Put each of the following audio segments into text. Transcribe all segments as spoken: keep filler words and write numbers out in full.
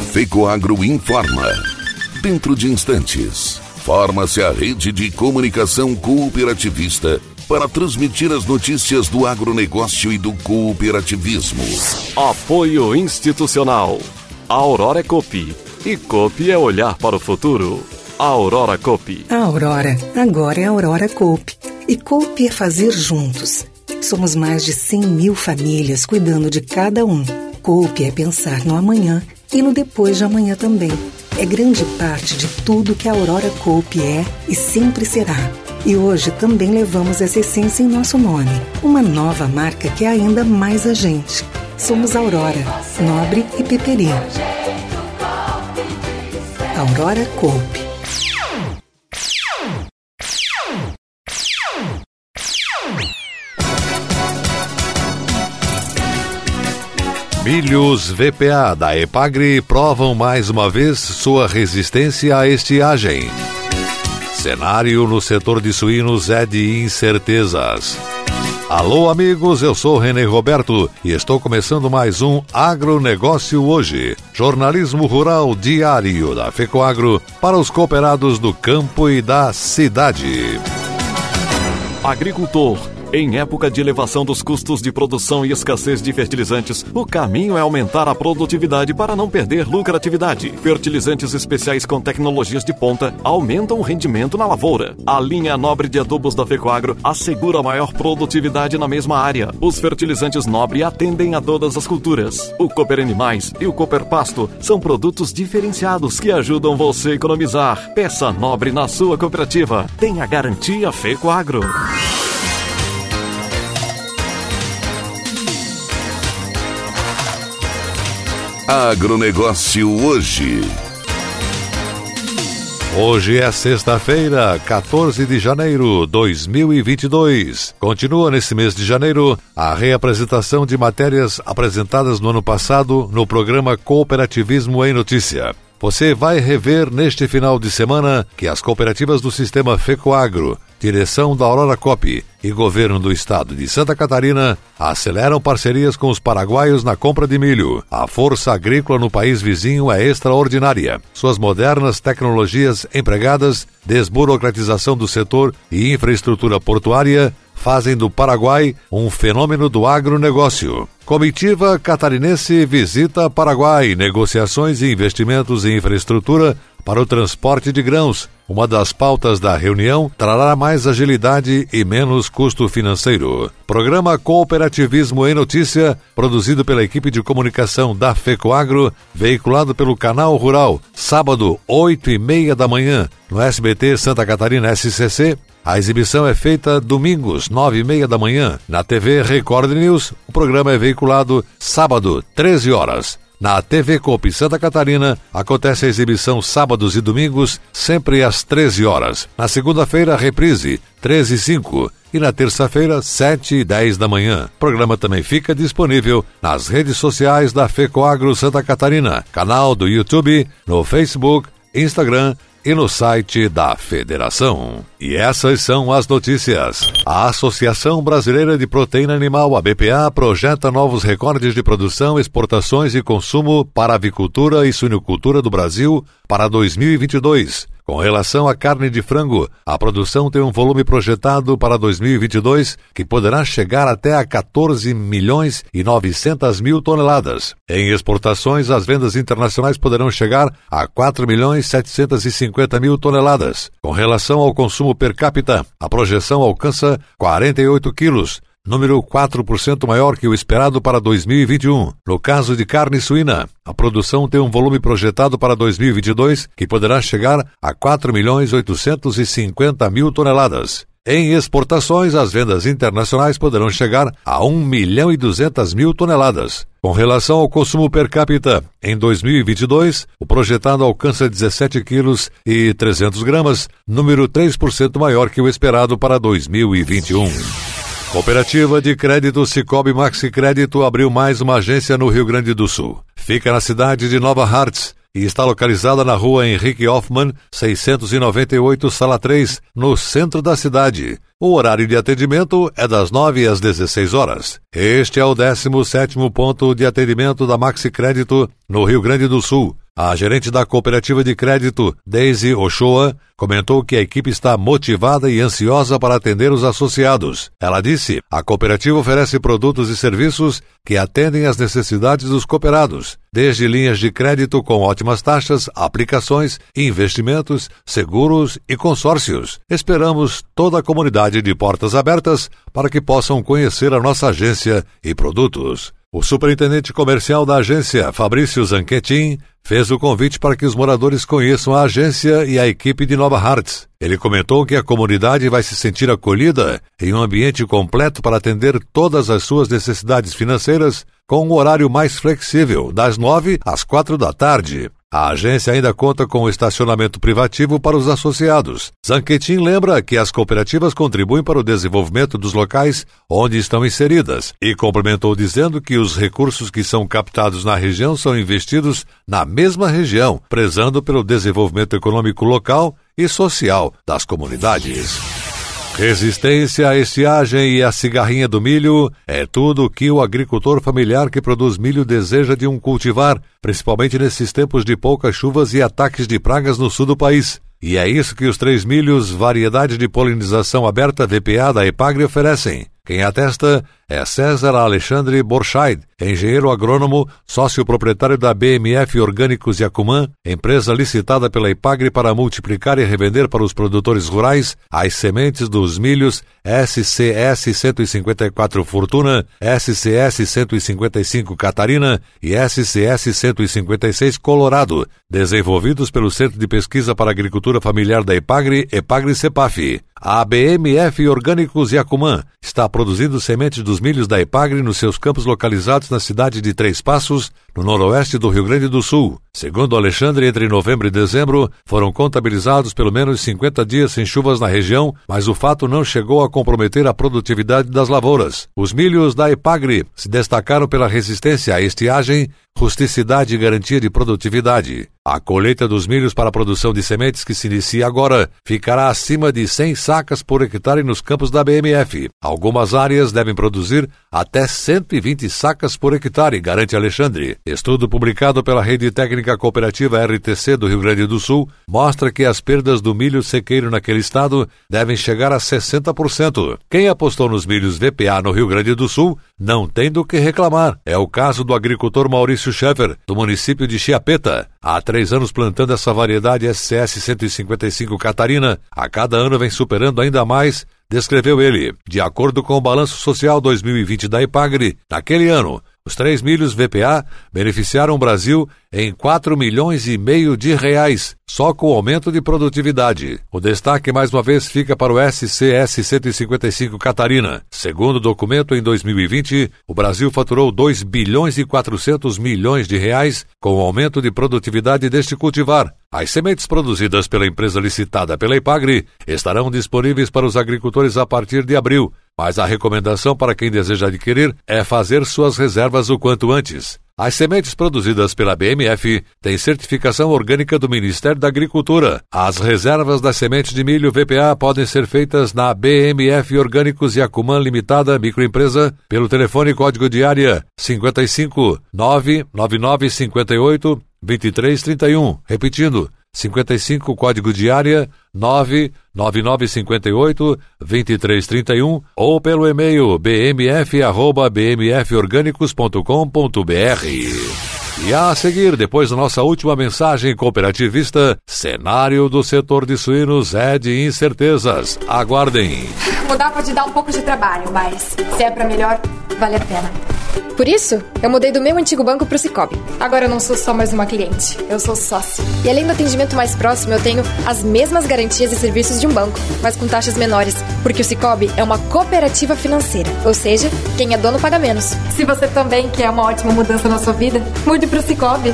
FECOAGRO informa. Dentro de instantes, forma-se a rede de comunicação cooperativista para transmitir as notícias do agronegócio e do cooperativismo. Apoio institucional. A Aurora é Coop. E Coop é olhar para o futuro. A Aurora Coop. A Aurora, agora é a Aurora Coop. E Coop é fazer juntos. Somos mais de cem mil famílias cuidando de cada um. Coop é pensar no amanhã e no depois de amanhã também. É grande parte de tudo que a Aurora Coop é e sempre será. E hoje também levamos essa essência em nosso nome. Uma nova marca que é ainda mais a gente. Somos Aurora, Nobre e Peperi. Aurora Coop. Milhos V P A da Epagri provam mais uma vez sua resistência à estiagem. Cenário no setor de suínos é de incertezas. Alô, amigos, eu sou René Roberto e estou começando mais um Agronegócio Hoje, jornalismo rural diário da FECOAGRO para os cooperados do campo e da cidade. Agricultor. Em época de elevação dos custos de produção e escassez de fertilizantes, o caminho é aumentar a produtividade para não perder lucratividade. Fertilizantes especiais com tecnologias de ponta aumentam o rendimento na lavoura. A linha Nobre de adubos da FECOAGRO assegura maior produtividade na mesma área. Os fertilizantes Nobre atendem a todas as culturas. O Cooper Animais e o Cooper Pasto são produtos diferenciados que ajudam você a economizar. Peça Nobre na sua cooperativa. Tenha garantia FECOAGRO. Agronegócio Hoje. Hoje é sexta-feira, quatorze de janeiro de dois mil e vinte e dois. Continua nesse mês de janeiro a reapresentação de matérias apresentadas no ano passado no programa Cooperativismo em Notícia. Você vai rever neste final de semana que as cooperativas do sistema FECOAGRO, direção da Aurora Coop e governo do estado de Santa Catarina aceleram parcerias com os paraguaios na compra de milho. A força agrícola no país vizinho é extraordinária. Suas modernas tecnologias empregadas, desburocratização do setor e infraestrutura portuária fazem do Paraguai um fenômeno do agronegócio. Comitiva catarinense visita Paraguai, negociações e investimentos em infraestrutura para o transporte de grãos. Uma das pautas da reunião trará mais agilidade e menos custo financeiro. Programa Cooperativismo em Notícia, produzido pela equipe de comunicação da FECOAGRO, veiculado pelo Canal Rural, sábado, oito e meia da manhã, no S B T Santa Catarina S C C. A exibição é feita domingos, nove e meia da manhã. Na T V Record News, o programa é veiculado sábado, treze horas. Na T V Coop Santa Catarina, acontece a exibição sábados e domingos, sempre às treze horas. Na segunda-feira, reprise, treze e cinco. E na terça-feira, sete e dez da manhã. O programa também fica disponível nas redes sociais da FECOAGRO Santa Catarina, canal do YouTube, no Facebook, Instagram e no site da Federação. E essas são as notícias. A Associação Brasileira de Proteína Animal, a B P A, projeta novos recordes de produção, exportações e consumo para a avicultura e suinocultura do Brasil para dois mil e vinte e dois. Com relação à carne de frango, a produção tem um volume projetado para dois mil e vinte e dois que poderá chegar até a quatorze milhões e novecentas mil toneladas. Em exportações, as vendas internacionais poderão chegar a quatro milhões setecentas e cinquenta mil toneladas. Com relação ao consumo per capita, a projeção alcança quarenta e oito quilos, número quatro por cento maior que o esperado para dois mil e vinte e um. No caso de carne suína, a produção tem um volume projetado para dois mil e vinte e dois que poderá chegar a quatro milhões oitocentos e cinquenta mil toneladas. Em exportações, as vendas internacionais poderão chegar a um milhão e duzentas mil toneladas. Com relação ao consumo per capita, em dois mil e vinte e dois, o projetado alcança dezessete quilos e trezentos gramas, número três por cento maior que o esperado para dois mil e vinte e um. Cooperativa de Crédito Cicobi Maxi Crédito abriu mais uma agência no Rio Grande do Sul. Fica na cidade de Nova Hartz e está localizada na rua Henrique Hoffmann, seiscentos e noventa e oito, sala três, no centro da cidade. O horário de atendimento é das nove às dezesseis horas. Este é o décimo sétimo ponto de atendimento da Maxi Crédito no Rio Grande do Sul. A gerente da cooperativa de crédito, Daisy Ochoa, comentou que a equipe está motivada e ansiosa para atender os associados. Ela disse: a cooperativa oferece produtos e serviços que atendem às necessidades dos cooperados, desde linhas de crédito com ótimas taxas, aplicações, investimentos, seguros e consórcios. Esperamos toda a comunidade de portas abertas para que possam conhecer a nossa agência e produtos. O superintendente comercial da agência, Fabrício Zanquetin, fez o convite para que os moradores conheçam a agência e a equipe de Nova Hartz. Ele comentou que a comunidade vai se sentir acolhida em um ambiente completo para atender todas as suas necessidades financeiras com um horário mais flexível, das nove às quatro da tarde. A agência ainda conta com estacionamento privativo para os associados. Zanquetin lembra que as cooperativas contribuem para o desenvolvimento dos locais onde estão inseridas e complementou dizendo que os recursos que são captados na região são investidos na mesma região, prezando pelo desenvolvimento econômico local e social das comunidades. Resistência à estiagem e à cigarrinha do milho é tudo o que o agricultor familiar que produz milho deseja de um cultivar, principalmente nesses tempos de poucas chuvas e ataques de pragas no sul do país. E é isso que os três milhos, variedade de polinização aberta V P A da Epagri, oferecem. Quem atesta é César Alexandre Borscheid, engenheiro agrônomo, sócio proprietário da B M F Orgânicos Yacumã, empresa licitada pela Epagri para multiplicar e revender para os produtores rurais as sementes dos milhos S C S cento e cinquenta e quatro Fortuna, S C S cento e cinquenta e cinco Catarina e S C S cento e cinquenta e seis Colorado, desenvolvidos pelo Centro de Pesquisa para Agricultura Familiar da Epagri, Epagri-Cepaf. A B M F Orgânicos Yacumã está produzindo sementes dos milhos da Epagri nos seus campos localizados na cidade de Três Passos, no noroeste do Rio Grande do Sul. Segundo Alexandre, entre novembro e dezembro, foram contabilizados pelo menos cinquenta dias sem chuvas na região, mas o fato não chegou a comprometer a produtividade das lavouras. Os milhos da Epagri se destacaram pela resistência à estiagem, rusticidade e garantia de produtividade. A colheita dos milhos para a produção de sementes, que se inicia agora, ficará acima de cem sacas por hectare nos campos da B M F. Algumas áreas devem produzir até cento e vinte sacas por hectare, garante Alexandre. Estudo publicado pela Rede Técnica Cooperativa R T C do Rio Grande do Sul mostra que as perdas do milho sequeiro naquele estado devem chegar a sessenta por cento. Quem apostou nos milhos V P A no Rio Grande do Sul não tem do que reclamar. É o caso do agricultor Maurício Schaeffer, do município de Chiapeta. Há três anos plantando essa variedade S C S cento e cinquenta e cinco Catarina, a cada ano vem superando ainda mais, descreveu ele. De acordo com o Balanço Social dois mil e vinte da Epagri, naquele ano, os três milhos V P A beneficiaram o Brasil em quatro milhões e meio de reais, só com o aumento de produtividade. O destaque mais uma vez fica para o S C S cento e cinquenta e cinco Catarina. Segundo o documento, em dois mil e vinte, o Brasil faturou dois bilhões e quatrocentos milhões de reais com o aumento de produtividade deste cultivar. As sementes produzidas pela empresa licitada pela Epagri estarão disponíveis para os agricultores a partir de abril, mas a recomendação para quem deseja adquirir é fazer suas reservas o quanto antes. As sementes produzidas pela B M F têm certificação orgânica do Ministério da Agricultura. As reservas das sementes de milho V P A podem ser feitas na B M F Orgânicos Yacumã Limitada Microempresa pelo telefone código de área cinquenta e cinco, nove nove nove cinquenta e oito, vinte e três trinta e um. Repetindo, cinquenta e cinco, código de área nove nove nove cinquenta e oito, vinte e três trinta e um, ou pelo e-mail b m f arroba b m f orgânicos ponto com ponto b r. E a seguir, depois da nossa última mensagem cooperativista, cenário do setor de suínos é de incertezas. Aguardem. Mudar pode dar um pouco de trabalho, mas se é pra melhor, vale a pena. Por isso, eu mudei do meu antigo banco pro Sicoob. Agora eu não sou só mais uma cliente, eu sou sócio. E além do atendimento mais próximo, eu tenho as mesmas garantias e serviços de um banco, mas com taxas menores, porque o Sicoob é uma cooperativa financeira, ou seja, quem é dono paga menos. Se você também quer uma ótima mudança na sua vida, mude pro Sicoob.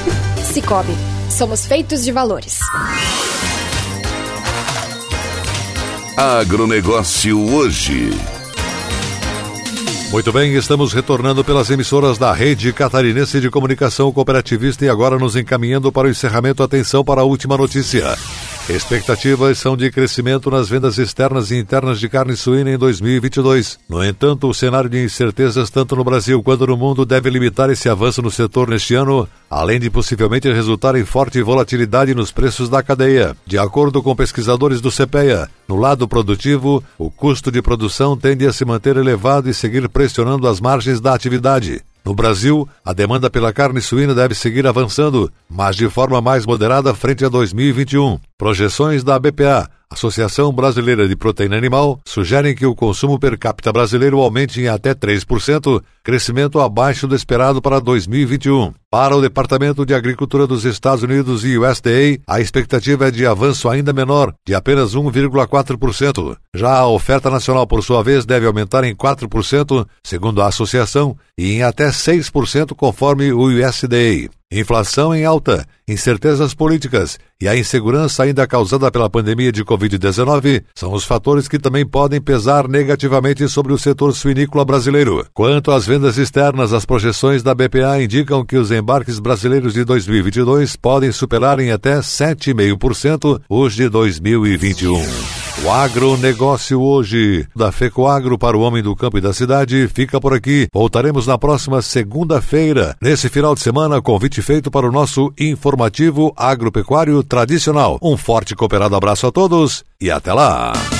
Sicoob, somos feitos de valores. Agronegócio hoje. Muito bem, estamos retornando pelas emissoras da Rede Catarinense de Comunicação Cooperativista e agora nos encaminhando para o encerramento. Atenção para a última notícia. Expectativas são de crescimento nas vendas externas e internas de carne suína em dois mil e vinte e dois. No entanto, o cenário de incertezas tanto no Brasil quanto no mundo deve limitar esse avanço no setor neste ano, além de possivelmente resultar em forte volatilidade nos preços da cadeia. De acordo com pesquisadores do CEPEA, no lado produtivo, o custo de produção tende a se manter elevado e seguir pressionando as margens da atividade. No Brasil, a demanda pela carne suína deve seguir avançando, mas de forma mais moderada frente a dois mil e vinte e um. Projeções da A B P A, Associação Brasileira de Proteína Animal, sugerem que o consumo per capita brasileiro aumente em até três por cento, crescimento abaixo do esperado para dois mil e vinte e um. Para o Departamento de Agricultura dos Estados Unidos e U S D A, a expectativa é de avanço ainda menor, de apenas um vírgula quatro por cento. Já a oferta nacional, por sua vez, deve aumentar em quatro por cento, segundo a associação, e em até seis por cento conforme o U S D A. Inflação em alta, incertezas políticas e a insegurança ainda causada pela pandemia de covid dezenove são os fatores que também podem pesar negativamente sobre o setor suinícola brasileiro. Quanto às vendas externas, as projeções da B P A indicam que os embarques brasileiros de dois mil e vinte e dois podem superar em até sete vírgula cinco por cento os de dois mil e vinte e um. O agronegócio hoje, da FECOAGRO para o homem do campo e da cidade, fica por aqui. Voltaremos na próxima segunda-feira. Nesse final de semana, convite feito para o nosso informativo agropecuário tradicional. Um forte e cooperado abraço a todos e até lá!